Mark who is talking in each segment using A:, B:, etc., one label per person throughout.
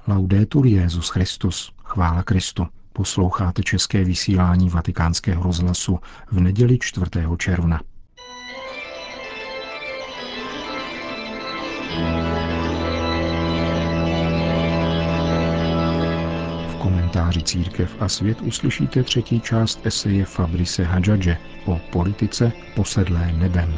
A: Laudetur Jesus Christus, chvála Kristu. Posloucháte české vysílání Vatikánského rozhlasu v neděli 4. června. V komentáři Církev a svět uslyšíte třetí část eseje Fabrice Hadžadže o politice posedlé nebem.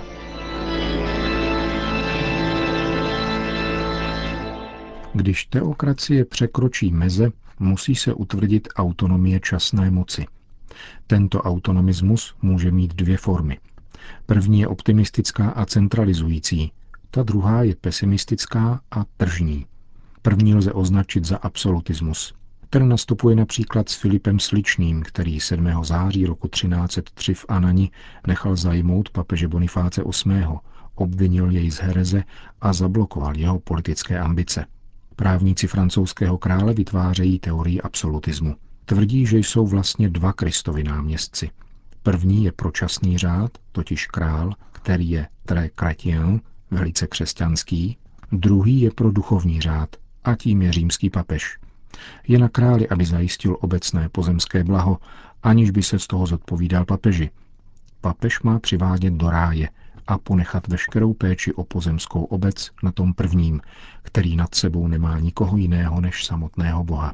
A: Když teokracie překročí meze, musí se utvrdit autonomie časné moci. Tento autonomismus může mít dvě formy. První je optimistická a centralizující, ta druhá je pesimistická a tržní. První lze označit za absolutismus. Ten nastupuje například s Filipem Sličným, který 7. září roku 1303 v Anani nechal zajmout papeže Bonifáce VIII., obvinil jej z hereze a zablokoval jeho politické ambice. Právníci francouzského krále vytvářejí teorii absolutismu. Tvrdí, že jsou vlastně dva Kristovi náměstci. První je pročasný řád, totiž král, který je très chrétien, velice křesťanský. Druhý je pro duchovní řád, a tím je římský papež. Je na králi, aby zajistil obecné pozemské blaho, aniž by se z toho zodpovídal papeži. Papež má přivádět do ráje a ponechat veškerou péči o pozemskou obec na tom prvním, který nad sebou nemá nikoho jiného než samotného Boha.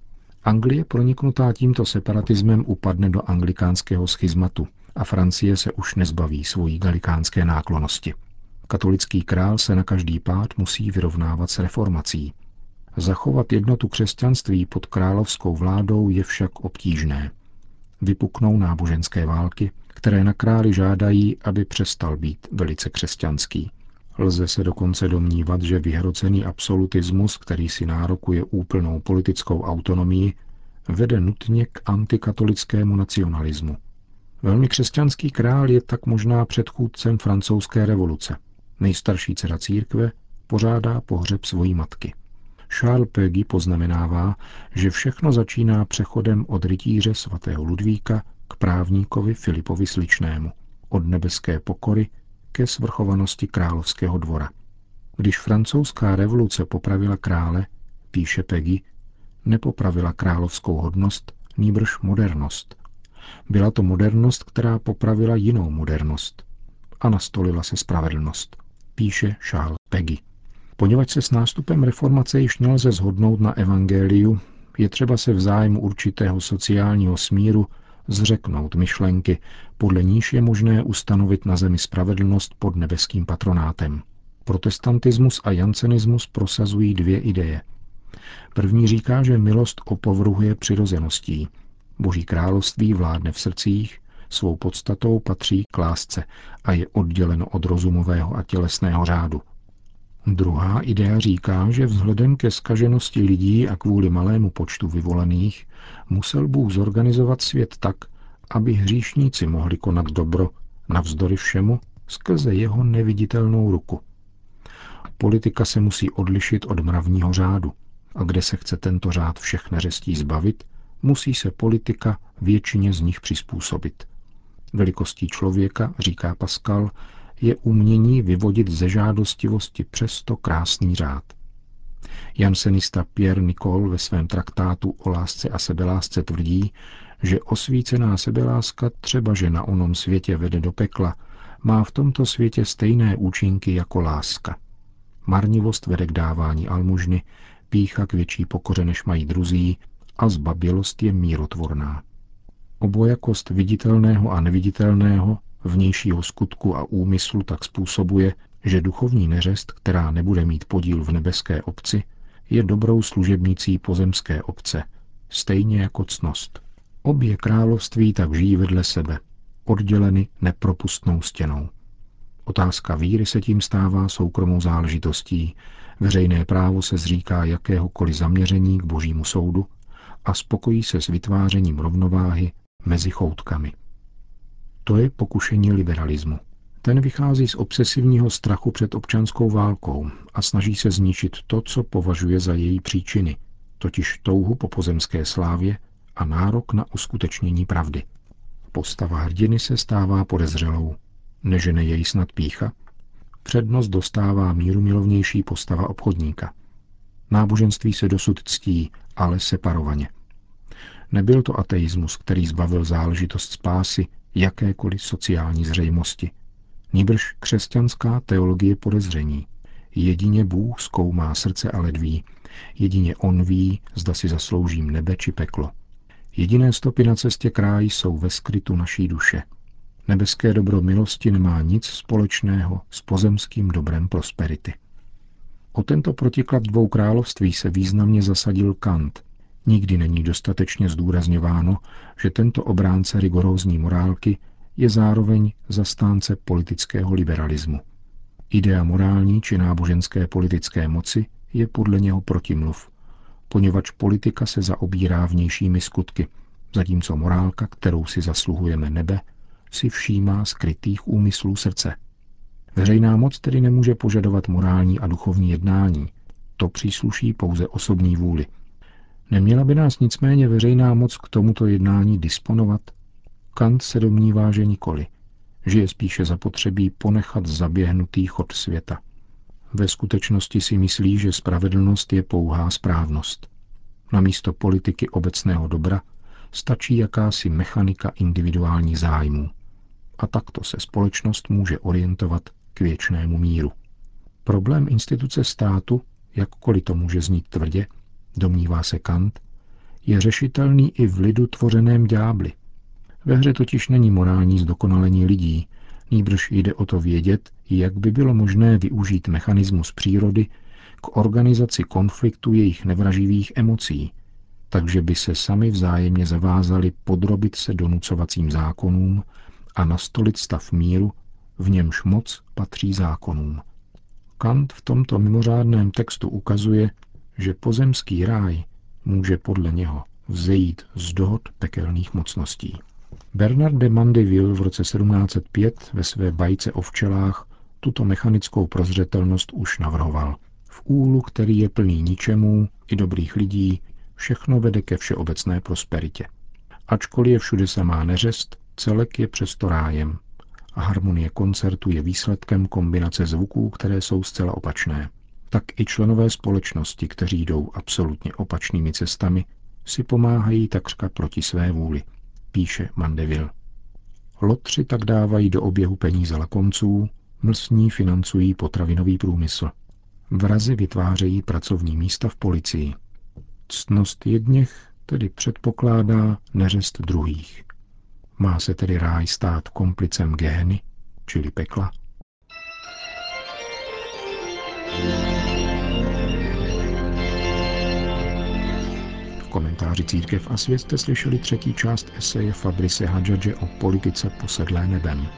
A: Anglie proniknutá tímto separatismem upadne do anglikánského schizmatu a Francie se už nezbaví svojí galikánské náklonnosti. Katolický král se na každý pád musí vyrovnávat s reformací. Zachovat jednotu křesťanství pod královskou vládou je však obtížné. Vypuknou náboženské války, které na králi žádají, aby přestal být velice křesťanský. Lze se dokonce domnívat, že vyhrocený absolutismus, který si nárokuje úplnou politickou autonomii, vede nutně k antikatolickému nacionalismu. Velmi křesťanský král je tak možná předchůdcem francouzské revoluce. Nejstarší dcera církve pořádá pohřeb svojí matky. Charles Péguy poznamenává, že všechno začíná přechodem od rytíře svatého Ludvíka k právníkovi Filipovi Sličnému, od nebeské pokory ke svrchovanosti královského dvora. Když francouzská revoluce popravila krále, píše Péguy, nepopravila královskou hodnost, nýbrž modernost. Byla to modernost, která popravila jinou modernost a nastolila se spravedlnost, píše Charles Péguy. Poněvadž se s nástupem reformace již nelze shodnout na evangeliu, je třeba se v zájmu určitého sociálního smíru zřeknout myšlenky, podle níž je možné ustanovit na zemi spravedlnost pod nebeským patronátem. Protestantismus a jansenismus prosazují dvě ideje. První říká, že milost opovrhuje přirozeností. Boží království vládne v srdcích, svou podstatou patří k lásce a je odděleno od rozumového a tělesného řádu. Druhá idea říká, že vzhledem ke zkaženosti lidí a kvůli malému počtu vyvolených musel Bůh zorganizovat svět tak, aby hříšníci mohli konat dobro navzdory všemu skrze jeho neviditelnou ruku. Politika se musí odlišit od mravního řádu a kde se chce tento řád všech neřestí zbavit, musí se politika většině z nich přizpůsobit. Velikostí člověka, říká Pascal, je umění vyvodit ze žádostivosti přesto krásný řád. Jansenista Pierre Nicole ve svém traktátu o lásce a sebelásce tvrdí, že osvícená sebeláska, třeba že na onom světě vede do pekla, má v tomto světě stejné účinky jako láska. Marnivost vede k dávání almužny, pýcha k větší pokoře, než mají druzí, a zbabělost je mírotvorná. Obojakost viditelného a neviditelného, vnějšího skutku a úmyslu tak způsobuje, že duchovní neřest, která nebude mít podíl v nebeské obci, je dobrou služebnicí pozemské obce, stejně jako ctnost. Obě království tak žijí vedle sebe, odděleny nepropustnou stěnou. Otázka víry se tím stává soukromou záležitostí, veřejné právo se zříká jakéhokoliv zaměření k božímu soudu a spokojí se s vytvářením rovnováhy mezi choutkami. To je pokušení liberalismu. Ten vychází z obsesivního strachu před občanskou válkou a snaží se zničit to, co považuje za její příčiny, totiž touhu po pozemské slávě a nárok na uskutečnění pravdy. Postava hrdiny se stává podezřelou. Nežene jej snad pýcha? Přednost dostává mírumilovnější postava obchodníka. Náboženství se dosud ctí, ale separovaně. Nebyl to ateismus, který zbavil záležitost spásy jakékoliv sociální zřejmosti. Nýbrž křesťanská teologie podezření. Jedině Bůh zkoumá srdce a ledví. Jedině On ví, zda si zasloužím nebe či peklo. Jediné stopy na cestě k ráji jsou ve skrytu naší duše. Nebeské dobro milosti nemá nic společného s pozemským dobrem prosperity. O tento protiklad dvou království se významně zasadil Kant. Nikdy není dostatečně zdůrazňováno, že tento obránce rigorózní morálky je zároveň zastánce politického liberalismu. Idea morální či náboženské politické moci je podle něho protimluv, poněvadž politika se zaobírá vnějšími skutky, zatímco morálka, kterou si zasluhujeme nebe, si všímá skrytých úmyslů srdce. Veřejná moc tedy nemůže požadovat morální a duchovní jednání. To přísluší pouze osobní vůli. Neměla by nás nicméně veřejná moc k tomuto jednání disponovat? Kant se domnívá, že nikoli, že je spíše zapotřebí ponechat zaběhnutý chod světa. Ve skutečnosti si myslí, že spravedlnost je pouhá správnost. Namísto politiky obecného dobra stačí jakási mechanika individuálních zájmů. A takto se společnost může orientovat k věčnému míru. Problém instituce státu, jakkoliv to může znít tvrdě, domnívá se Kant, je řešitelný i v lidu tvořeném ďábly. Ve hře totiž není morální zdokonalení lidí, nýbrž jde o to vědět, jak by bylo možné využít mechanismus přírody k organizaci konfliktu jejich nevraživých emocí, takže by se sami vzájemně zavázali podrobit se donucovacím zákonům a nastolit stav míru, v němž moc patří zákonům. Kant v tomto mimořádném textu ukazuje, že pozemský ráj může podle něho vzejít z dohod pekelných mocností. Bernard de Mandeville v roce 1705 ve své bajce o včelách tuto mechanickou prozřetelnost už navrhoval. V úlu, který je plný ničemů i dobrých lidí, všechno vede ke všeobecné prosperitě. Ačkoliv je všude samá neřest, celek je přesto rájem. A harmonie koncertu je výsledkem kombinace zvuků, které jsou zcela opačné. Tak i členové společnosti, kteří jdou absolutně opačnými cestami, si pomáhají takřka proti své vůli, píše Mandeville. Lotři tak dávají do oběhu peníze lakomců, mlsní financují potravinový průmysl. Vrazi vytvářejí pracovní místa v policii. Ctnost jedněch tedy předpokládá neřest druhých. Má se tedy ráj stát komplicem Geheny, čili pekla? V komentáři Církev a svět jste slyšeli třetí část eseje Fabrice Hadžadže o politice posedlé nebem.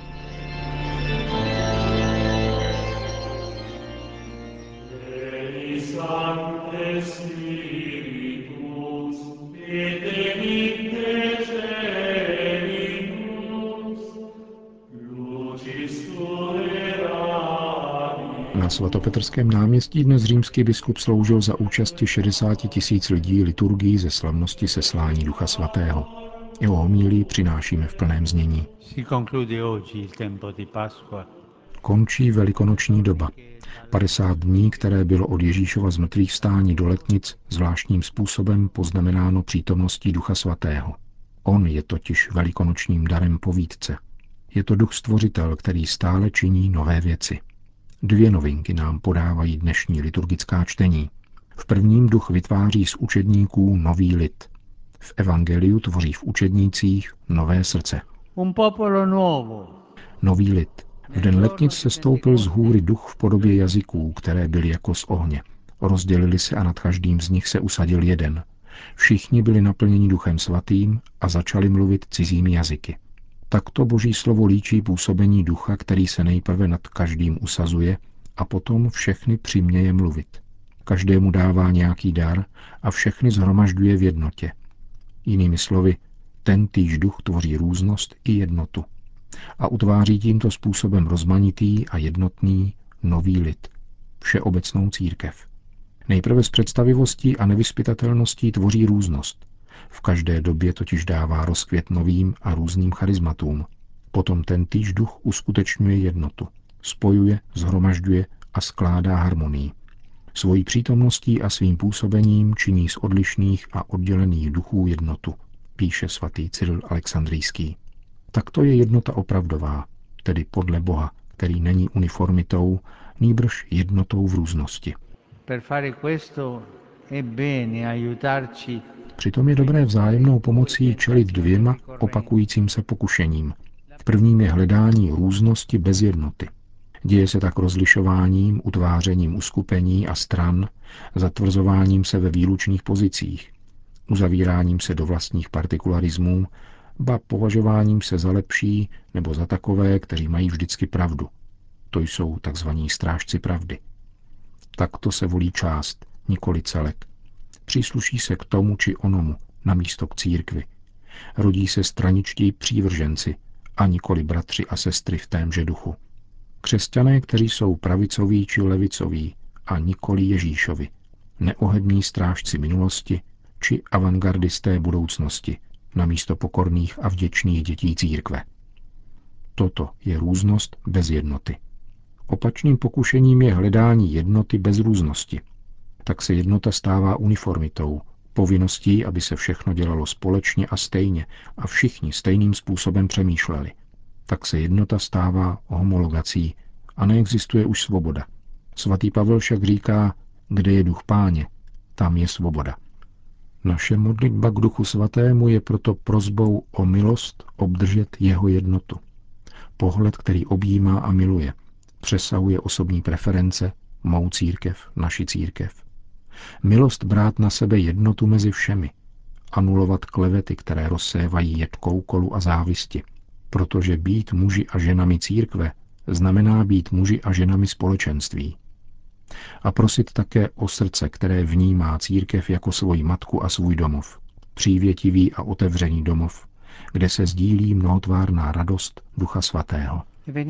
A: Na svatopetrském náměstí dnes římský biskup sloužil za účasti 60 000 lidí liturgii ze slavnosti seslání Ducha Svatého. Jeho homílii přinášíme v plném znění. Končí velikonoční doba. 50 dní, které bylo od Ježíšova zmrtvýchvstání do letnic zvláštním způsobem poznamenáno přítomností Ducha Svatého. On je totiž velikonočním darem povídce. Je to Duch Stvořitel, který stále činí nové věci. 2 novinky nám podávají dnešní liturgická čtení. V prvním Duch vytváří z učedníků nový lid. V evangeliu tvoří v učednících nové srdce. Nový lid. V den letnic se stoupil z hůry duch v podobě jazyků, které byly jako z ohně. Rozdělili se a nad každým z nich se usadil jeden. Všichni byli naplněni Duchem Svatým a začali mluvit cizími jazyky. Takto Boží slovo líčí působení ducha, který se nejprve nad každým usazuje a potom všechny přiměje mluvit. Každému dává nějaký dar a všechny shromažďuje v jednotě. Jinými slovy, tentýž duch tvoří různost i jednotu. A utváří tímto způsobem rozmanitý a jednotný nový lid, všeobecnou církev. Nejprve s představivostí a nevyzpytatelností tvoří různost. V každé době totiž dává rozkvět novým a různým charizmatům. Potom tentýž duch uskutečňuje jednotu. Spojuje, shromažďuje a skládá harmonii. Svojí přítomností a svým působením činí z odlišných a oddělených duchů jednotu, píše svatý Cyril Alexandrijský. Takto je jednota opravdová, tedy podle Boha, který není uniformitou, nýbrž jednotou v různosti. Přitom je dobré vzájemnou pomocí čelit dvěma opakujícím se pokušením. Prvním je hledání různosti bez jednoty. Děje se tak rozlišováním, utvářením uskupení a stran, zatvrzováním se ve výlučných pozicích, uzavíráním se do vlastních partikularismů, ba považováním se za lepší nebo za takové, kteří mají vždycky pravdu. To jsou takzvaní strážci pravdy. Takto se volí část, nikoli celek. Přísluší se k tomu či onomu, namísto k církvi. Rodí se straničtí přívrženci, a nikoli bratři a sestry v témže duchu. Křesťané, kteří jsou pravicoví či levicoví, a nikoli Ježíšovi. Neohební strážci minulosti či avantgardisté budoucnosti, namísto pokorných a vděčných dětí církve. Toto je různost bez jednoty. Opačným pokušením je hledání jednoty bez různosti. Tak se jednota stává uniformitou, povinností, aby se všechno dělalo společně a stejně a všichni stejným způsobem přemýšleli. Tak se jednota stává homologací a neexistuje už svoboda. Svatý Pavel však říká, kde je duch Páně, tam je svoboda. Naše modlitba k Duchu Svatému je proto prosbou o milost obdržet jeho jednotu. Pohled, který objímá a miluje, přesahuje osobní preference, mou církev, naši církev. Milost brát na sebe jednotu mezi všemi, anulovat klevety, které rozsévají jedkou kolu a závisti, protože být muži a ženami církve znamená být muži a ženami společenství. A prosit také o srdce, které vnímá církev jako svoji matku a svůj domov, přívětivý a otevřený domov, kde se sdílí mnohotvárná radost Ducha Svatého.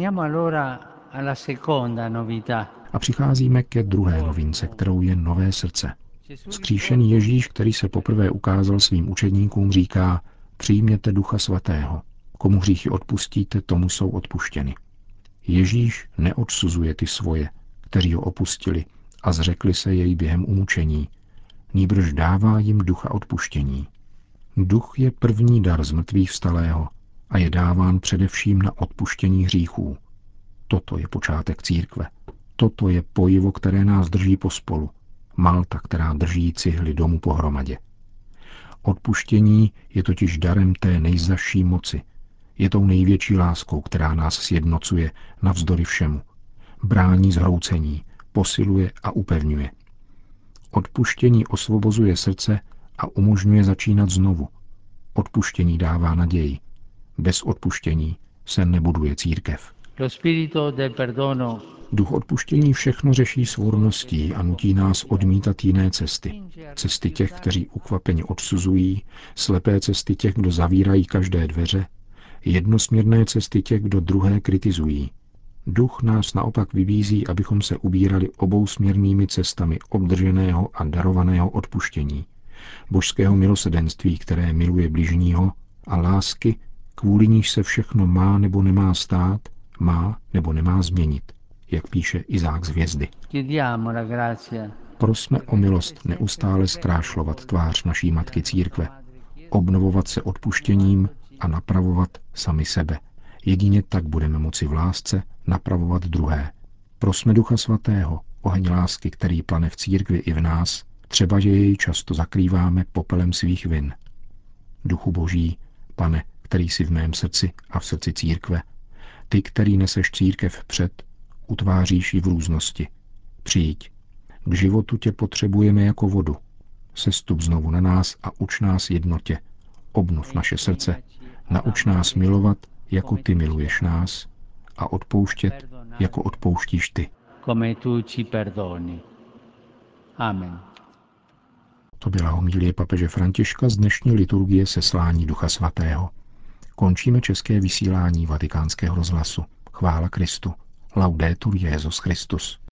A: A přicházíme ke druhé novince, kterou je nové srdce. Vzkříšený Ježíš, který se poprvé ukázal svým učedníkům, říká: přijměte Ducha Svatého. Komu hříchy odpustíte, tomu jsou odpuštěny. Ježíš neodsuzuje ty svoje, kteří ho opustili a zřekli se jej během umučení, nýbrž dává jim ducha odpuštění. Duch je první dar z mrtvých vstalého a je dáván především na odpuštění hříchů. Toto je počátek církve. Toto je pojivo, které nás drží pospolu. Malta, která drží cihly domu pohromadě. Odpuštění je totiž darem té nejzazší moci. Je tou největší láskou, která nás sjednocuje navzdory všemu. Brání zhroucení, posiluje a upevňuje. Odpuštění osvobozuje srdce a umožňuje začínat znovu. Odpuštění dává naději. Bez odpuštění se nebuduje církev. Duch odpuštění všechno řeší svorností a nutí nás odmítat jiné cesty. Cesty těch, kteří ukvapeně odsuzují, slepé cesty těch, kdo zavírají každé dveře, jednosměrné cesty těch, kdo druhé kritizují. Duch nás naopak vybízí, abychom se ubírali obousměrnými cestami obdrženého a darovaného odpuštění, božského milosedenství, které miluje bližního, a lásky, kvůli níž se všechno má nebo nemá stát, má nebo nemá změnit, jak píše Izák z Hvězdy. Prosme o milost neustále zkrášlovat tvář naší matky církve, obnovovat se odpuštěním a napravovat sami sebe. Jedině tak budeme moci v lásce napravovat druhé. Prosme Ducha Svatého, oheň lásky, který plane v církvi i v nás, třeba že jej často zakrýváme popelem svých vin. Duchu Boží, Pane, který jsi v mém srdci a v srdci církve, ty, který neseš církev před, utváříš ji v různosti. Přijď. K životu tě potřebujeme jako vodu. Sestup znovu na nás a uč nás jednotě. Obnov naše srdce. Nauč nás milovat, jako ty miluješ nás, a odpouštět, jako odpouštíš ty. Amen. To byla homilie papeže Františka z dnešní liturgie seslání Ducha Svatého. Končíme české vysílání Vatikánského rozhlasu. Chvála Kristu. Laudetur Jesus Christus.